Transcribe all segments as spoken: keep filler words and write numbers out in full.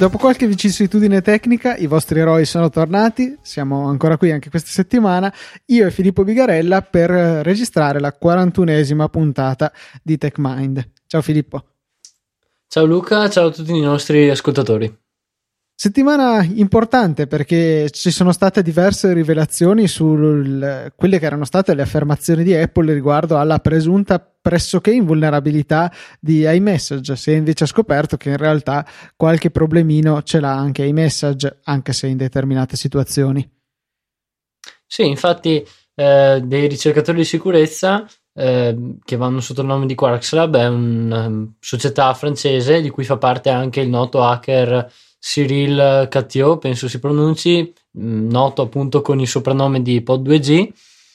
Dopo qualche vicissitudine tecnica, i vostri eroi sono tornati, siamo ancora qui anche questa settimana, io e Filippo Bigarella per registrare la quarantunesima puntata di TechMind. Ciao Filippo. Ciao Luca, ciao a tutti i nostri ascoltatori. Settimana importante perché ci sono state diverse rivelazioni su quelle che erano state le affermazioni di Apple riguardo alla presunta pressoché invulnerabilità di iMessage. Si è invece scoperto che in realtà qualche problemino ce l'ha anche iMessage, anche se in determinate situazioni. Sì, infatti eh, dei ricercatori di sicurezza eh, che vanno sotto il nome di QuarksLab, è una um, società francese di cui fa parte anche il noto hacker Cyril Catio, penso si pronunci, noto appunto con il soprannome di Pod due G.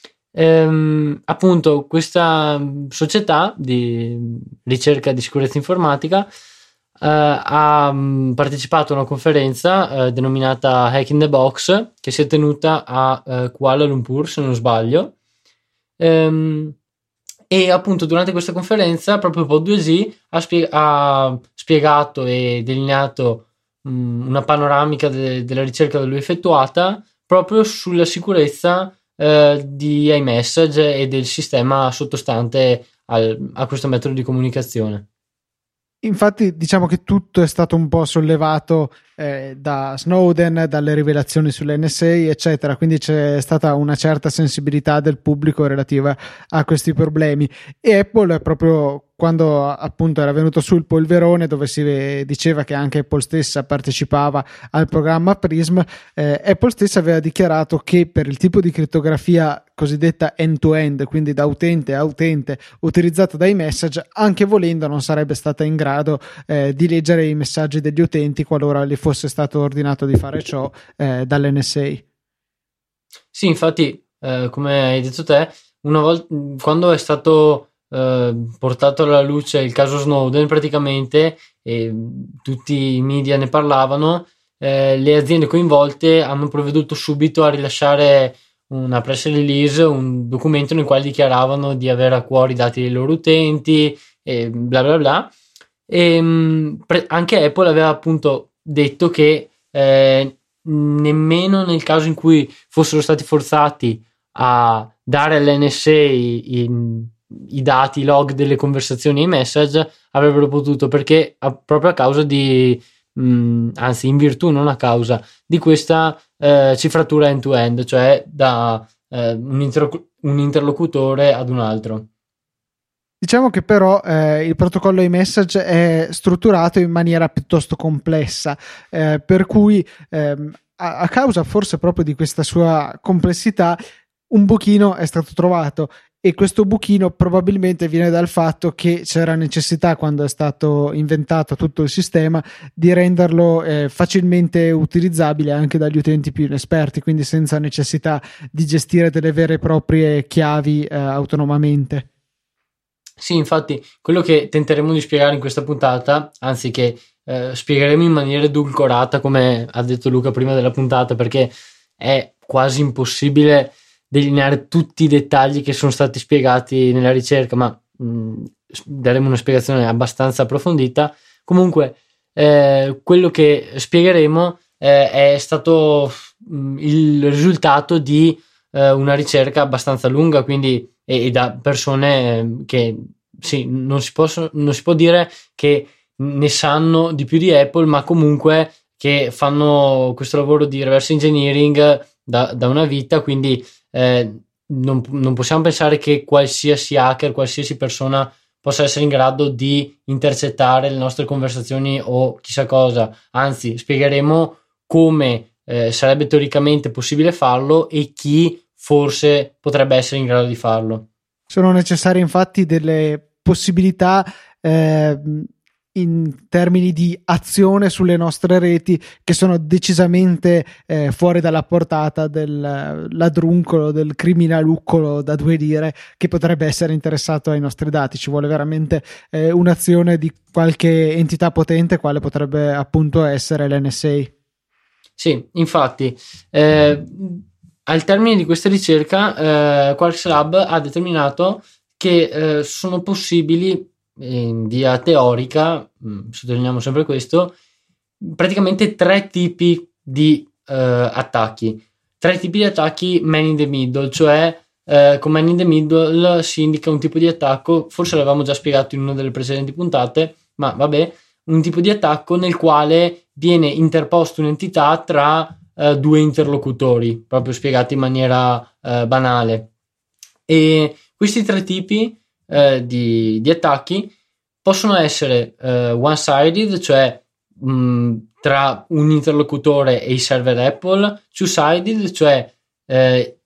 Ehm, appunto questa società di ricerca di sicurezza informatica eh, ha mh, partecipato a una conferenza eh, denominata Hack in the Box, che si è tenuta a eh, Kuala Lumpur, se non sbaglio. Ehm, e appunto durante questa conferenza proprio Pod due G ha, spie- ha spiegato e delineato una panoramica de- della ricerca da lui effettuata proprio sulla sicurezza eh, di iMessage e del sistema sottostante al- a questo metodo di comunicazione. Infatti diciamo che tutto è stato un po' sollevato eh, da Snowden, dalle rivelazioni sull'N S A eccetera, quindi c'è stata una certa sensibilità del pubblico relativa a questi problemi e Apple proprio quando appunto era venuto su il polverone dove si diceva che anche Apple stessa partecipava al programma PRISM, eh, Apple stessa aveva dichiarato che per il tipo di crittografia cosiddetta end-to-end, quindi da utente a utente, utilizzata da iMessage, anche volendo non sarebbe stata in grado eh, di leggere i messaggi degli utenti qualora gli fosse stato ordinato di fare ciò eh, dall'N S A. Sì, infatti, eh, come hai detto te, una volta quando è stato eh, portato alla luce il caso Snowden, praticamente, e tutti i media ne parlavano, eh, le aziende coinvolte hanno provveduto subito a rilasciare una press release, un documento nel quale dichiaravano di avere a cuore i dati dei loro utenti e bla bla bla. E mh, pre- anche Apple aveva appunto detto che eh, nemmeno nel caso in cui fossero stati forzati a dare all'N S A i, i dati, i log delle conversazioni e i message, avrebbero potuto, perché a, proprio a causa di mh, anzi in virtù, non a causa di questa eh, cifratura end-to-end, cioè da eh, un, inter- un interlocutore ad un altro. Diciamo che però eh, il protocollo iMessage è strutturato in maniera piuttosto complessa, eh, per cui ehm, a, a causa forse proprio di questa sua complessità un buchino è stato trovato e questo buchino probabilmente viene dal fatto che c'era necessità, quando è stato inventato tutto il sistema, di renderlo eh, facilmente utilizzabile anche dagli utenti più inesperti, quindi senza necessità di gestire delle vere e proprie chiavi eh, autonomamente. Sì, infatti, quello che tenteremo di spiegare in questa puntata, anzi che eh, spiegheremo in maniera edulcorata, come ha detto Luca prima della puntata, perché è quasi impossibile delineare tutti i dettagli che sono stati spiegati nella ricerca, ma mh, daremo una spiegazione abbastanza approfondita. Comunque, eh, quello che spiegheremo eh, è stato mh, il risultato di eh, una ricerca abbastanza lunga, quindi e, e da persone che sì, non si, posso, non si può dire che ne sanno di più di Apple, ma comunque che fanno questo lavoro di reverse engineering da, da una vita, quindi eh, non, non possiamo pensare che qualsiasi hacker, qualsiasi persona possa essere in grado di intercettare le nostre conversazioni o chissà cosa. Anzi, spiegheremo come eh, sarebbe teoricamente possibile farlo e chi forse potrebbe essere in grado di farlo. Sono necessarie infatti delle possibilità eh, in termini di azione sulle nostre reti che sono decisamente eh, fuori dalla portata del ladruncolo, del criminaluccolo da due lire che potrebbe essere interessato ai nostri dati. Ci vuole veramente eh, un'azione di qualche entità potente, quale potrebbe appunto essere l'N S A. Sì, infatti eh, al termine di questa ricerca eh, QuarksLab ha determinato che eh, sono possibili in via teorica, mh, sottolineiamo sempre questo, praticamente tre tipi di uh, attacchi. Tre tipi di attacchi man in the middle, cioè uh, con man in the middle si indica un tipo di attacco, forse l'avevamo già spiegato in una delle precedenti puntate, ma vabbè, un tipo di attacco nel quale viene interposta un'entità tra uh, due interlocutori, proprio spiegato in maniera uh, banale. E questi tre tipi uh, di, di attacchi possono essere uh, one-sided, cioè mh, tra un interlocutore e i server Apple, two-sided, cioè eh,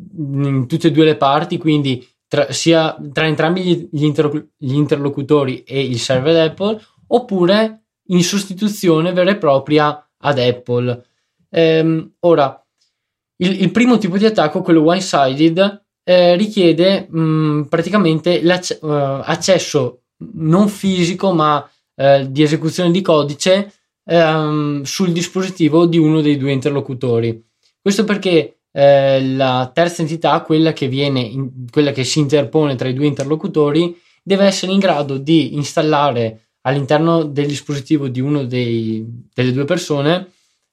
in tutte e due le parti, quindi tra, sia tra entrambi gli, gli, inter, gli interlocutori e il server Apple, oppure in sostituzione vera e propria ad Apple. Ehm, ora, il, il primo tipo di attacco, quello one-sided, eh, richiede mh, praticamente l'accesso non fisico ma eh, di esecuzione di codice ehm, sul dispositivo di uno dei due interlocutori. Questo perché eh, la terza entità, quella che viene in, quella che si interpone tra i due interlocutori, deve essere in grado di installare all'interno del dispositivo di uno dei, delle due persone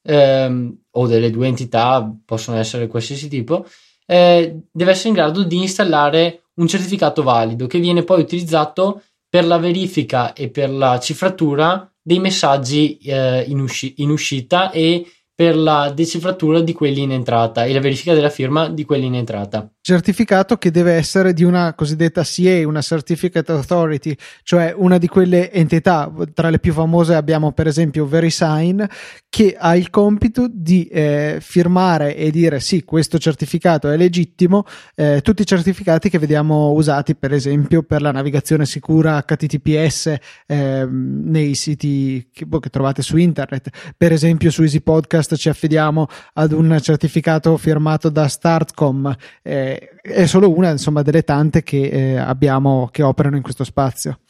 ehm, o delle due entità, possono essere qualsiasi tipo, eh, deve essere in grado di installare un certificato valido che viene poi utilizzato per la verifica e per la cifratura dei messaggi eh, in, usci- in uscita e per la decifratura di quelli in entrata e la verifica della firma di quelli in entrata. Certificato che deve essere di una cosiddetta C A, una Certificate Authority, cioè una di quelle entità. Tra le più famose abbiamo per esempio VeriSign, che ha il compito di eh, firmare e dire sì, questo certificato è legittimo, eh, tutti i certificati che vediamo usati per esempio per la navigazione sicura H T T P S eh, nei siti che, boh, che trovate su internet. Per esempio su Easy Podcast ci affidiamo ad un certificato firmato da Startcom, eh, è solo una insomma delle tante che eh, abbiamo che operano in questo spazio.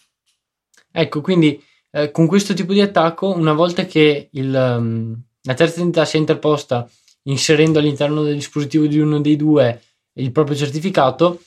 Ecco, quindi eh, con questo tipo di attacco, una volta che il, um, la terza entità si è interposta inserendo all'interno del dispositivo di uno dei due il proprio certificato,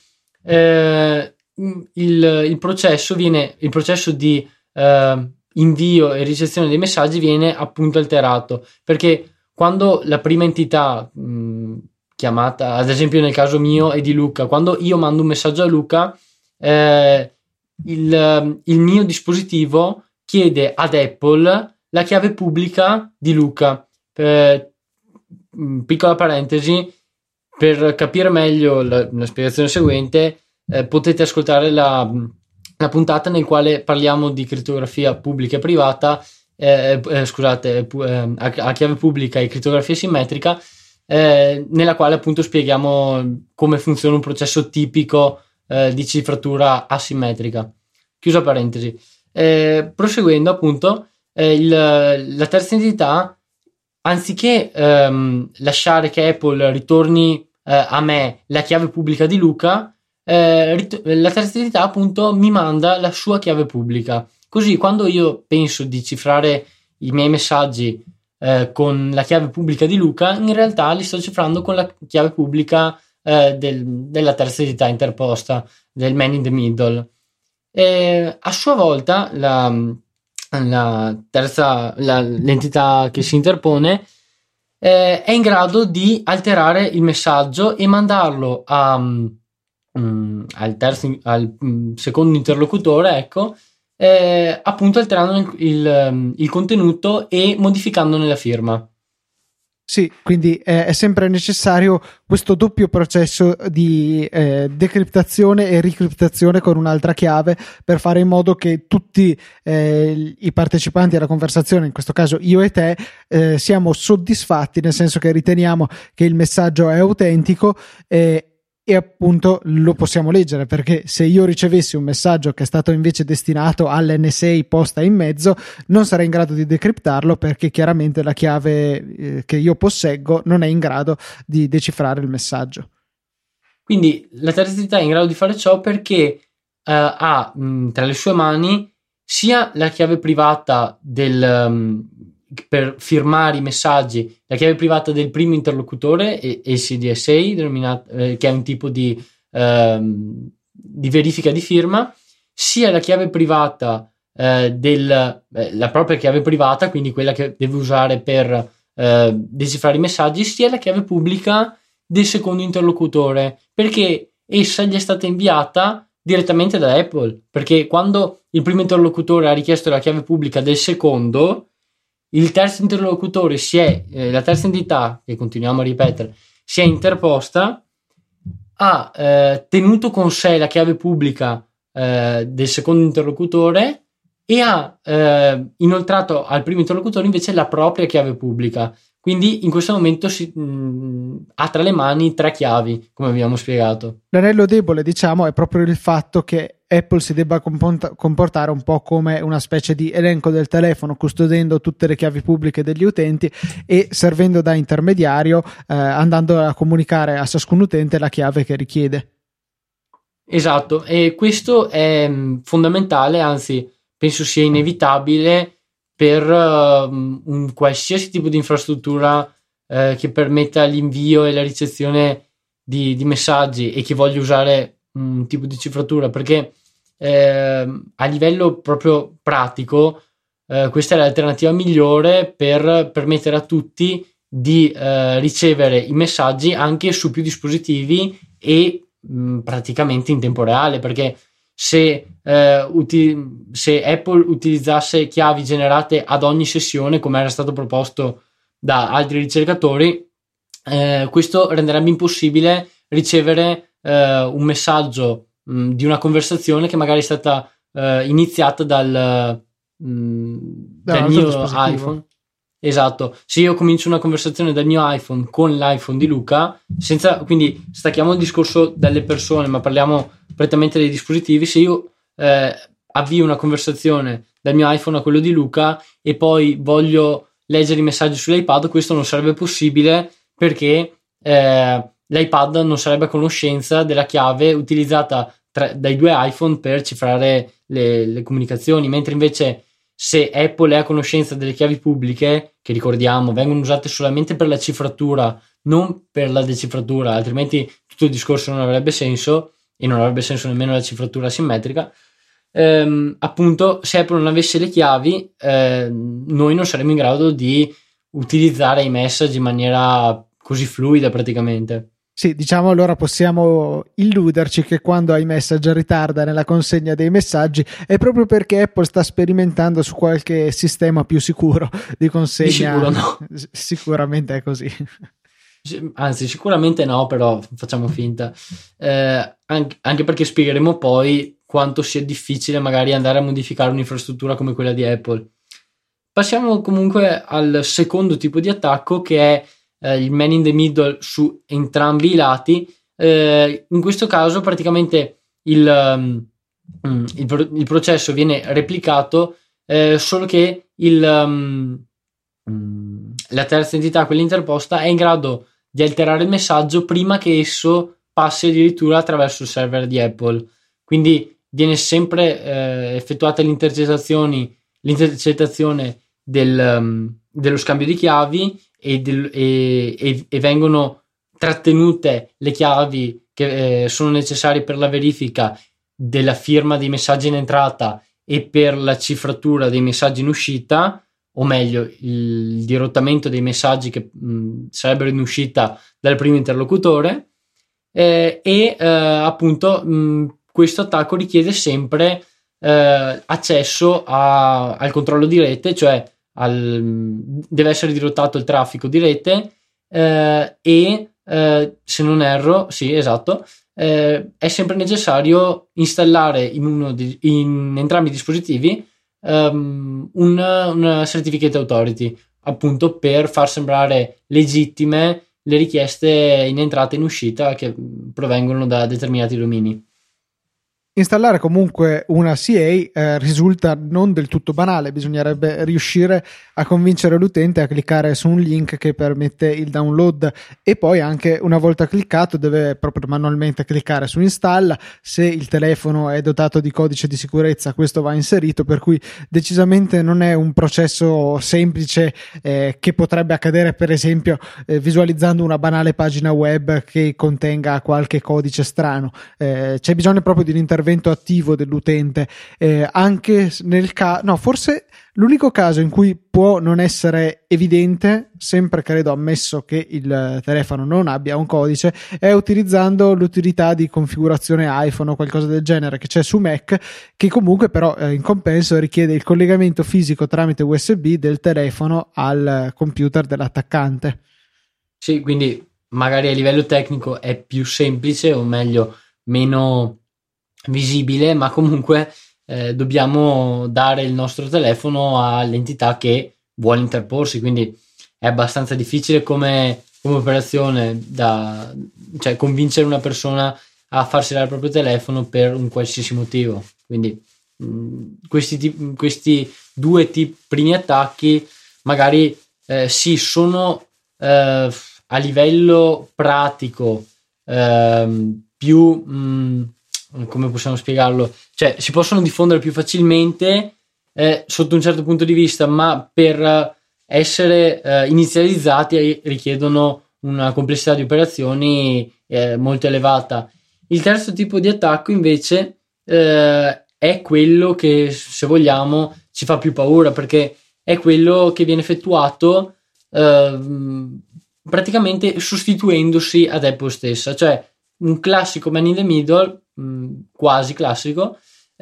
eh, il, il processo viene il processo di eh, invio e ricezione dei messaggi viene appunto alterato, perché quando la prima entità mh, chiamata, ad esempio nel caso mio e di Luca, quando io mando un messaggio a Luca, eh, il, il mio dispositivo chiede ad Apple la chiave pubblica di Luca. Eh, piccola parentesi, per capire meglio la, la spiegazione seguente, eh, potete ascoltare la, la puntata nel quale parliamo di crittografia pubblica e privata, eh, eh, scusate, eh, a, a chiave pubblica e crittografia simmetrica, eh, nella quale appunto spieghiamo come funziona un processo tipico eh, di cifratura asimmetrica. Chiusa parentesi. Eh, proseguendo appunto, eh, il, la terza entità, anziché ehm, lasciare che Apple ritorni eh, a me la chiave pubblica di Luca, eh, rit- la terza entità appunto mi manda la sua chiave pubblica. Così quando io penso di cifrare i miei messaggi eh, con la chiave pubblica di Luca, in realtà li sto cifrando con la chiave pubblica eh, del, della terza entità interposta, del man in the middle. E a sua volta la, la terza, la, l'entità che si interpone eh, è in grado di alterare il messaggio e mandarlo a, um, al, terzo, al um, secondo interlocutore, ecco, eh, appunto alterando il, il, il contenuto e modificandone la firma. Sì, quindi è, è sempre necessario questo doppio processo di eh, decriptazione e ricriptazione con un'altra chiave per fare in modo che tutti eh, i partecipanti alla conversazione, in questo caso io e te, eh, siamo soddisfatti, nel senso che riteniamo che il messaggio è autentico eh, e appunto lo possiamo leggere, perché se io ricevessi un messaggio che è stato invece destinato all'N S A posta in mezzo, non sarei in grado di decriptarlo, perché chiaramente la chiave eh, che io posseggo non è in grado di decifrare il messaggio. Quindi la terza entità è in grado di fare ciò perché eh, ha mh, tra le sue mani sia la chiave privata del um, per firmare i messaggi, la chiave privata del primo interlocutore, A C D S A, denominato, eh, che è un tipo di, ehm, di verifica di firma, sia la chiave privata eh, del, eh, la propria chiave privata, quindi quella che deve usare per eh, decifrare i messaggi, sia la chiave pubblica del secondo interlocutore, perché essa gli è stata inviata direttamente da Apple, perché quando il primo interlocutore ha richiesto la chiave pubblica del secondo, il terzo interlocutore si è, eh, la terza entità, che continuiamo a ripetere, si è interposta, ha eh, tenuto con sé la chiave pubblica eh, del secondo interlocutore e ha eh, inoltrato al primo interlocutore invece la propria chiave pubblica. Quindi in questo momento si, mh, ha tra le mani tre chiavi, come abbiamo spiegato. L'anello debole, diciamo, è proprio il fatto che Apple si debba comportare un po' come una specie di elenco del telefono, custodendo tutte le chiavi pubbliche degli utenti e servendo da intermediario, eh, andando a comunicare a ciascun utente la chiave che richiede. Esatto, e questo è mh, fondamentale, anzi penso sia inevitabile per uh, un qualsiasi tipo di infrastruttura uh, che permetta l'invio e la ricezione di, di messaggi e che voglia usare un tipo di cifratura, perché uh, a livello proprio pratico uh, questa è l'alternativa migliore per permettere a tutti di uh, ricevere i messaggi anche su più dispositivi e mh, praticamente in tempo reale, perché Se, eh, uti- se Apple utilizzasse chiavi generate ad ogni sessione, come era stato proposto da altri ricercatori, eh, questo renderebbe impossibile ricevere eh, un messaggio mh, di una conversazione che magari è stata eh, iniziata dal, mh, dal mio iPhone. Esatto, se io comincio una conversazione dal mio iPhone con l'iPhone di Luca, senza, quindi stacchiamo il discorso dalle persone, ma parliamo prettamente dei dispositivi. Se io eh, avvio una conversazione dal mio iPhone a quello di Luca e poi voglio leggere i messaggi sull'iPad, questo non sarebbe possibile perché eh, l'iPad non sarebbe a conoscenza della chiave utilizzata tra, dai due iPhone per cifrare le, le comunicazioni, mentre invece se Apple è a conoscenza delle chiavi pubbliche, che ricordiamo vengono usate solamente per la cifratura, non per la decifratura, altrimenti tutto il discorso non avrebbe senso e non avrebbe senso nemmeno la cifratura simmetrica. Ehm, appunto, se Apple non avesse le chiavi, eh, noi non saremmo in grado di utilizzare i messaggi in maniera così fluida praticamente. Sì, diciamo allora possiamo illuderci che quando iMessage ritarda nella consegna dei messaggi è proprio perché Apple sta sperimentando su qualche sistema più sicuro di consegna. Di sicuro no. Sicuramente è così. Anzi, sicuramente no, però facciamo finta. Eh, anche, anche perché spiegheremo poi quanto sia difficile magari andare a modificare un'infrastruttura come quella di Apple. Passiamo comunque al secondo tipo di attacco, che è Uh, il man in the middle su entrambi i lati. Uh, in questo caso praticamente il, um, il, pro- il processo viene replicato, uh, solo che il, um, um, la terza entità, quella interposta, è in grado di alterare il messaggio prima che esso passi addirittura attraverso il server di Apple. Quindi viene sempre uh, effettuata l'intercettazione l'intercettazione del, um, dello scambio di chiavi E, del, e, e, e vengono trattenute le chiavi che eh, sono necessarie per la verifica della firma dei messaggi in entrata e per la cifratura dei messaggi in uscita, o meglio il dirottamento dei messaggi che mh, sarebbero in uscita dal primo interlocutore, eh, e eh, appunto mh, questo attacco richiede sempre eh, accesso a, al controllo di rete, cioè Al, deve essere dirottato il traffico di rete eh, e eh, se non erro, sì, esatto, eh, è sempre necessario installare in, uno di, in entrambi i dispositivi um, una, una certificate authority, appunto per far sembrare legittime le richieste in entrata e in uscita che provengono da determinati domini. Installare comunque una C A eh, risulta non del tutto banale, bisognerebbe riuscire a convincere l'utente a cliccare su un link che permette il download e poi anche una volta cliccato deve proprio manualmente cliccare su installa. Se il telefono è dotato di codice di sicurezza questo va inserito, per cui decisamente non è un processo semplice eh, che potrebbe accadere per esempio eh, visualizzando una banale pagina web che contenga qualche codice strano. Eh, c'è bisogno proprio di un intervento intervento attivo dell'utente, eh, anche nel caso, no, forse l'unico caso in cui può non essere evidente, sempre credo ammesso che il telefono non abbia un codice, è utilizzando l'utilità di configurazione iPhone o qualcosa del genere che c'è su Mac, che comunque però eh, in compenso richiede il collegamento fisico tramite U S B del telefono al computer dell'attaccante. Sì, quindi magari a livello tecnico è più semplice, o meglio meno visibile, ma comunque eh, dobbiamo dare il nostro telefono all'entità che vuole interporsi, quindi è abbastanza difficile come, come operazione da, cioè convincere una persona a farsi dare il proprio telefono per un qualsiasi motivo. Quindi mh, questi, questi due tipi, primi attacchi magari eh, sì, sono eh, a livello pratico ehm, più mh, come possiamo spiegarlo, cioè si possono diffondere più facilmente eh, sotto un certo punto di vista, ma per essere eh, inizializzati richiedono una complessità di operazioni eh, molto elevata. Il terzo tipo di attacco invece eh, è quello che, se vogliamo, ci fa più paura, perché è quello che viene effettuato eh, praticamente sostituendosi ad Apple stessa, cioè un classico man in the middle, mh, quasi classico,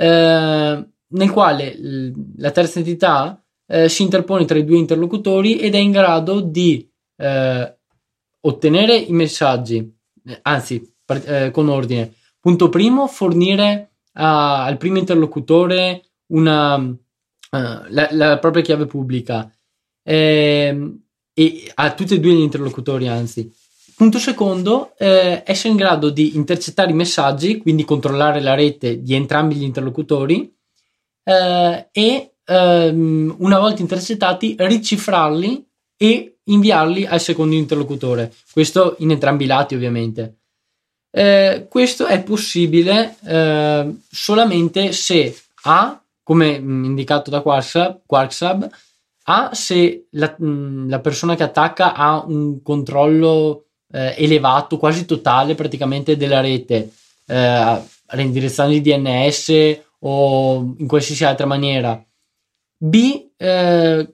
eh, nel quale l- la terza entità eh, si interpone tra i due interlocutori ed è in grado di eh, ottenere i messaggi, eh, anzi, par- eh, con ordine. Punto primo, fornire a- al primo interlocutore una, uh, la, la propria chiave pubblica eh, e a tutti e due gli interlocutori, anzi. Punto secondo, eh, essere in grado di intercettare i messaggi, quindi controllare la rete di entrambi gli interlocutori eh, e ehm, una volta intercettati ricifrarli e inviarli al secondo interlocutore, questo in entrambi i lati ovviamente. Eh, questo è possibile eh, solamente se A, come indicato da Quarksab, Quarksab A, se la, la persona che attacca ha un controllo eh, elevato, quasi totale praticamente della rete, eh, reindirizzando il D N S o in qualsiasi altra maniera. B, eh,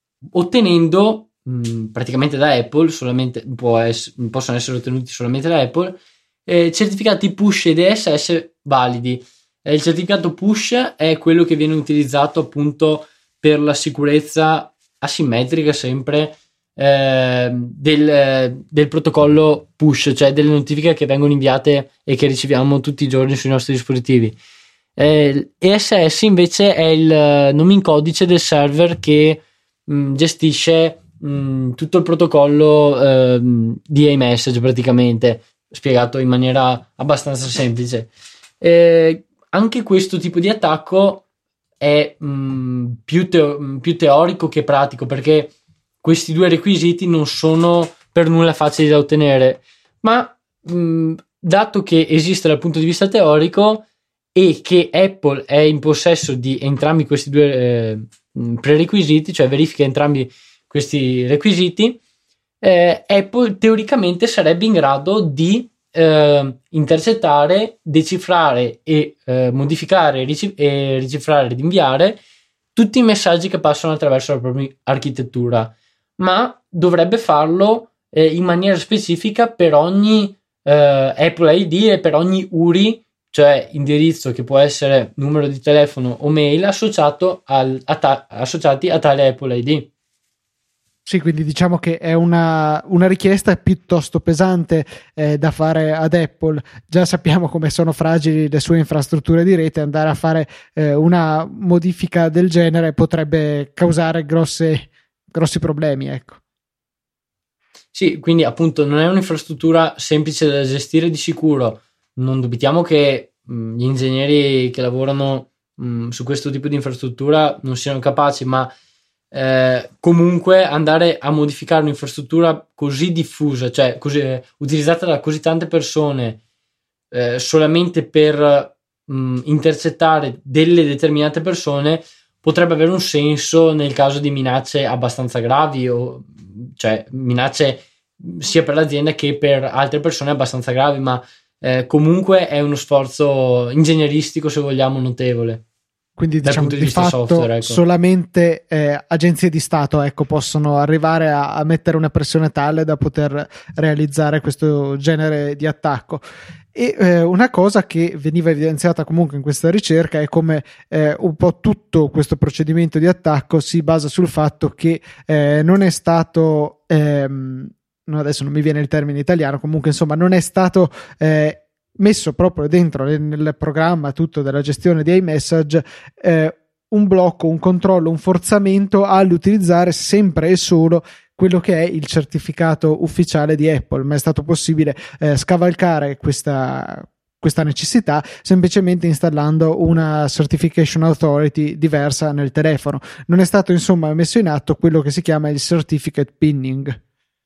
ottenendo mh, praticamente da Apple, solamente può ess- possono essere ottenuti solamente da Apple, eh, certificati push e D S S validi. Eh, il certificato push è quello che viene utilizzato appunto per la sicurezza asimmetrica sempre eh, del, del protocollo push, cioè delle notifiche che vengono inviate e che riceviamo tutti i giorni sui nostri dispositivi. Eh, E S S invece è il nome in codice del server che mh, gestisce mh, tutto il protocollo eh, di iMessage, praticamente spiegato in maniera abbastanza semplice. Eh, anche questo tipo di attacco è mh, più, teo- più teorico che pratico, perché questi due requisiti non sono per nulla facili da ottenere, ma mh, dato che esiste dal punto di vista teorico e che Apple è in possesso di entrambi questi due eh, prerequisiti, cioè verifica entrambi questi requisiti, eh, Apple teoricamente sarebbe in grado di eh, intercettare, decifrare e eh, modificare rici- e ricifrare ed inviare tutti i messaggi che passano attraverso la propria architettura, ma dovrebbe farlo eh, in maniera specifica per ogni eh, Apple I D e per ogni U R I, cioè indirizzo che può essere numero di telefono o mail associato al, a ta- associati a tale Apple I D. Sì, quindi diciamo che è una, una richiesta piuttosto pesante eh, da fare ad Apple. Già sappiamo come sono fragili le sue infrastrutture di rete, andare a fare eh, una modifica del genere potrebbe causare grosse, grossi problemi, ecco. Sì, quindi appunto non è un'infrastruttura semplice da gestire di sicuro. Non dubitiamo che mh, gli ingegneri che lavorano mh, su questo tipo di infrastruttura non siano capaci, ma eh, comunque andare a modificare un'infrastruttura così diffusa, cioè così, eh, utilizzata da così tante persone eh, solamente per mh, intercettare delle determinate persone potrebbe avere un senso nel caso di minacce abbastanza gravi, o cioè minacce sia per l'azienda che per altre persone abbastanza gravi, ma eh, comunque è uno sforzo ingegneristico, se vogliamo, notevole. Quindi diciamo di, di fatto software, ecco. solamente eh, agenzie di Stato ecco, possono arrivare a, a mettere una pressione tale da poter realizzare questo genere di attacco. E eh, una cosa che veniva evidenziata comunque in questa ricerca è come eh, un po' tutto questo procedimento di attacco si basa sul fatto che eh, non è stato ehm, no, adesso non mi viene il termine italiano, comunque insomma non è stato eh, messo proprio dentro nel programma tutto della gestione di iMessage eh, un blocco, un controllo, un forzamento all'utilizzare sempre e solo quello che è il certificato ufficiale di Apple, ma è stato possibile eh, scavalcare questa, questa necessità semplicemente installando una Certification Authority diversa nel telefono. Non è stato insomma messo in atto quello che si chiama il Certificate Pinning.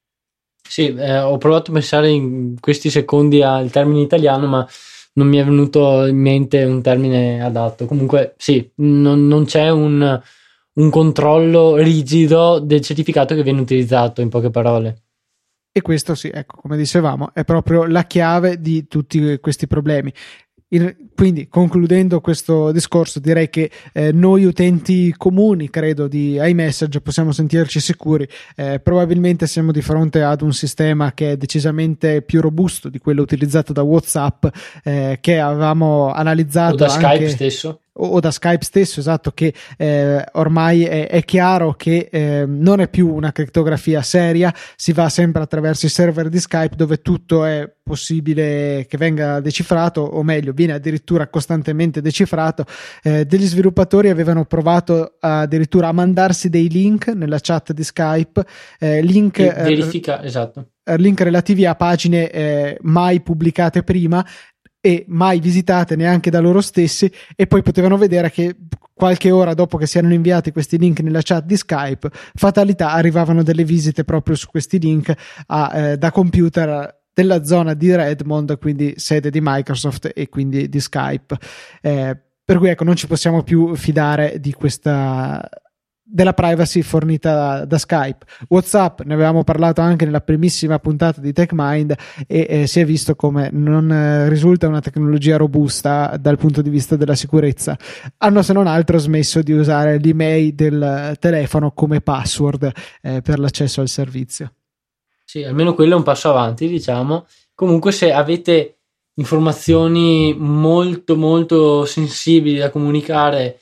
Sì, eh, ho provato a pensare in questi secondi al termine italiano, ma non mi è venuto in mente un termine adatto. Comunque sì, non, non c'è un, un controllo rigido del certificato che viene utilizzato, in poche parole. E questo sì, ecco, come dicevamo, è proprio la chiave di tutti questi problemi. Il, quindi concludendo questo discorso direi che eh, noi utenti comuni credo di iMessage possiamo sentirci sicuri, eh, probabilmente siamo di fronte ad un sistema che è decisamente più robusto di quello utilizzato da WhatsApp, eh, che avevamo analizzato o da anche... Skype stesso o da Skype stesso, esatto, che eh, ormai è, è chiaro che eh, non è più una crittografia seria, si va sempre attraverso i server di Skype dove tutto è possibile che venga decifrato, o meglio viene addirittura costantemente decifrato. Eh, degli sviluppatori avevano provato addirittura a mandarsi dei link nella chat di Skype, eh, link, verifica, eh, esatto. link relativi a pagine eh, mai pubblicate prima e mai visitate neanche da loro stessi, e poi potevano vedere che qualche ora dopo che si erano inviati questi link nella chat di Skype, fatalità, arrivavano delle visite proprio su questi link a, eh, da computer della zona di Redmond, quindi sede di Microsoft e quindi di Skype, eh, per cui ecco non ci possiamo più fidare di questa della privacy fornita da, da Skype. WhatsApp ne avevamo parlato anche nella primissima puntata di TechMind e eh, si è visto come non eh, risulta una tecnologia robusta dal punto di vista della sicurezza. Hanno se non altro smesso di usare l'email del telefono come password eh, per l'accesso al servizio. Sì, almeno quello è un passo avanti, diciamo. Comunque se avete informazioni molto molto sensibili da comunicare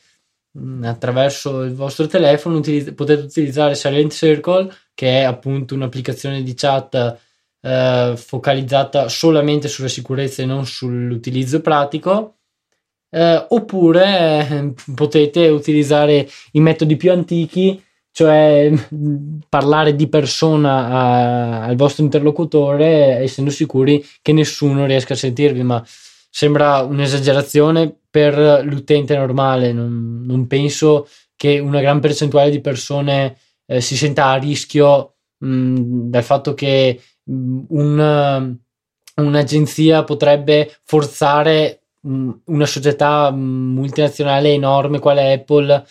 attraverso il vostro telefono, utilizz- potete utilizzare Silent Circle, che è appunto un'applicazione di chat eh, focalizzata solamente sulla sicurezza e non sull'utilizzo pratico, eh, oppure eh, potete utilizzare i metodi più antichi, cioè parlare di persona a, al vostro interlocutore essendo sicuri che nessuno riesca a sentirvi, ma sembra un'esagerazione per l'utente normale. Non, non penso che una gran percentuale di persone eh, si senta a rischio mh, dal fatto che mh, un, un'agenzia potrebbe forzare mh, una società mh, multinazionale enorme quale Apple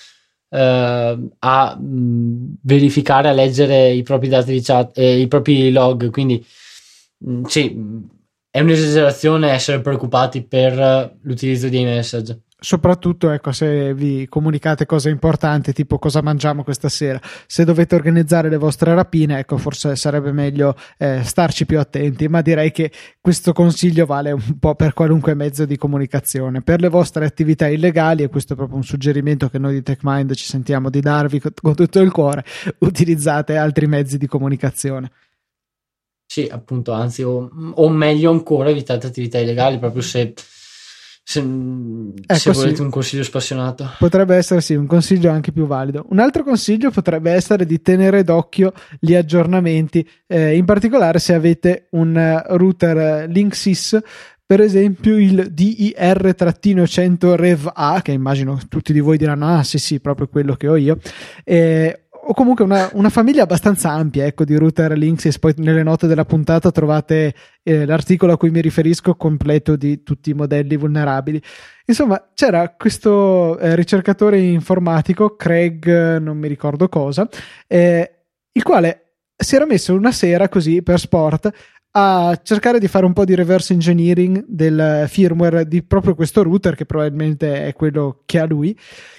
eh, a mh, verificare, a leggere i propri dati di chat, eh, i propri log. Quindi mh, sì, è un'esagerazione essere preoccupati per l'utilizzo di iMessage. Soprattutto ecco se vi comunicate cose importanti tipo cosa mangiamo questa sera, se dovete organizzare le vostre rapine, ecco forse sarebbe meglio eh, starci più attenti, ma direi che questo consiglio vale un po' per qualunque mezzo di comunicazione. Per le vostre attività illegali, e questo è proprio un suggerimento che noi di TechMind ci sentiamo di darvi con tutto il cuore, utilizzate altri mezzi di comunicazione. Sì, appunto, anzi, o, o meglio ancora, evitate attività illegali, proprio se, se, ecco, se volete sì, un consiglio spassionato. Potrebbe essere sì, un consiglio anche più valido. Un altro consiglio potrebbe essere di tenere d'occhio gli aggiornamenti, eh, in particolare se avete un router Linksys, per esempio il D I R cento Rev A, che immagino tutti di voi diranno, ah sì sì, proprio quello che ho io, eh, o comunque una, una famiglia abbastanza ampia ecco di router Linksys. Poi nelle note della puntata trovate eh, l'articolo a cui mi riferisco completo di tutti i modelli vulnerabili. Insomma c'era questo eh, ricercatore informatico, Craig non mi ricordo cosa, eh, il quale si era messo una sera così per sport a cercare di fare un po' di reverse engineering del firmware di proprio questo router, che probabilmente è quello che ha lui,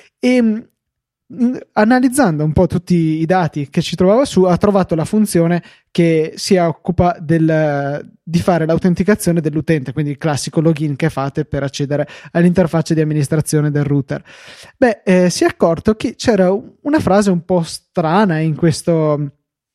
e analizzando un po' tutti i dati che ci trovava su, ha trovato la funzione che si occupa del, di fare l'autenticazione dell'utente, quindi il classico login che fate per accedere all'interfaccia di amministrazione del router. Beh, eh, si è accorto che c'era una frase un po' strana in questo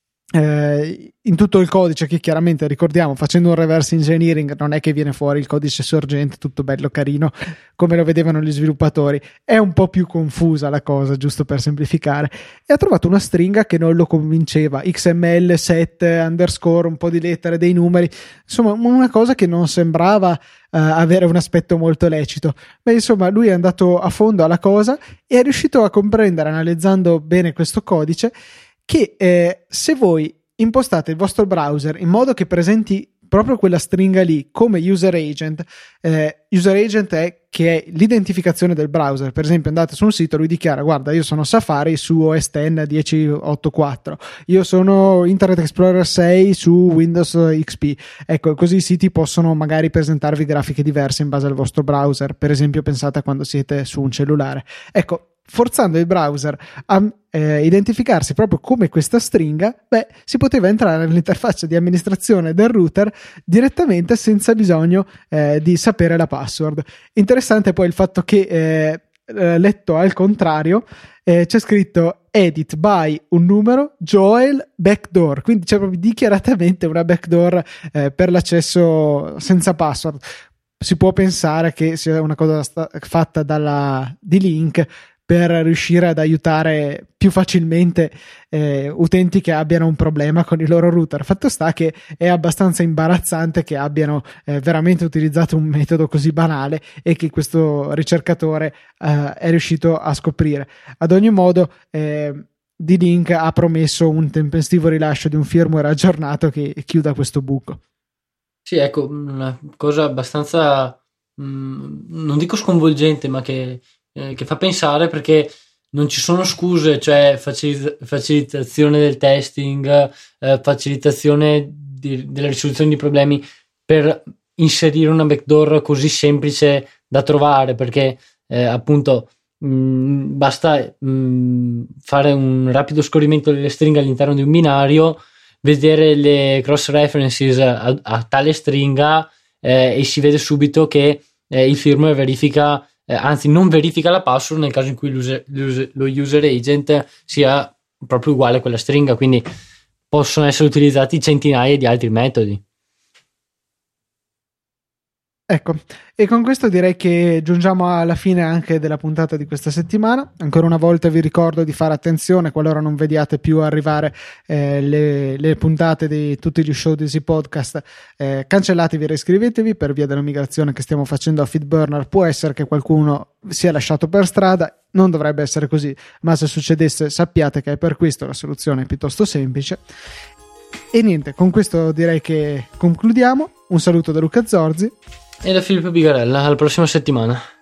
Eh, in tutto il codice, che chiaramente, ricordiamo, facendo un reverse engineering non è che viene fuori il codice sorgente tutto bello carino come lo vedevano gli sviluppatori, è un po' più confusa la cosa, giusto per semplificare, e ha trovato una stringa che non lo convinceva, X M L set underscore, un po' di lettere, dei numeri, insomma una cosa che non sembrava uh, avere un aspetto molto lecito. Beh, insomma, lui è andato a fondo alla cosa e è riuscito a comprendere, analizzando bene questo codice, che eh, se voi impostate il vostro browser in modo che presenti proprio quella stringa lì come user agent, eh, user agent è che è l'identificazione del browser. Per esempio, andate su un sito, lui dichiara: guarda, io sono Safari su O S X dieci ottantaquattro, io sono Internet Explorer sei su Windows X P. Ecco, così i siti possono magari presentarvi grafiche diverse in base al vostro browser. Per esempio, pensate a quando siete su un cellulare. Ecco, forzando il browser a eh, identificarsi proprio come questa stringa, beh, si poteva entrare nell'interfaccia di amministrazione del router direttamente, senza bisogno eh, di sapere la password. Interessante poi il fatto che eh, letto al contrario eh, c'è scritto edit by un numero Joel backdoor, quindi c'è proprio dichiaratamente una backdoor eh, per l'accesso senza password. Si può pensare che sia una cosa sta- fatta dalla di Link per riuscire ad aiutare più facilmente eh, utenti che abbiano un problema con il loro router. Fatto sta che è abbastanza imbarazzante che abbiano eh, veramente utilizzato un metodo così banale e che questo ricercatore eh, è riuscito a scoprire. Ad ogni modo, eh, D-Link ha promesso un tempestivo rilascio di un firmware aggiornato che chiuda questo buco. Sì, ecco, una cosa abbastanza, mh, non dico sconvolgente, ma che che fa pensare, perché non ci sono scuse, cioè facil- facilitazione del testing, eh, facilitazione di, della risoluzione di problemi per inserire una backdoor così semplice da trovare, perché eh, appunto mh, basta mh, fare un rapido scorrimento delle stringhe all'interno di un binario, vedere le cross references a, a tale stringa eh, e si vede subito che eh, il firmware verifica Eh, anzi non verifica la password nel caso in cui l'user, l'user, lo user agent sia proprio uguale a quella stringa, quindi possono essere utilizzati centinaia di altri metodi. Ecco, e con questo direi che giungiamo alla fine anche della puntata di questa settimana. Ancora una volta vi ricordo di fare attenzione qualora non vediate più arrivare eh, le, le puntate di tutti gli show di Easy Podcast. Eh, cancellatevi e reiscrivetevi per via della migrazione che stiamo facendo a Feedburner. Può essere che qualcuno sia lasciato per strada, non dovrebbe essere così, ma se succedesse sappiate che è per questo, la soluzione è piuttosto semplice. E niente, con questo direi che concludiamo. Un saluto da Luca Zorzi e da Filippo Bigarella, alla prossima settimana.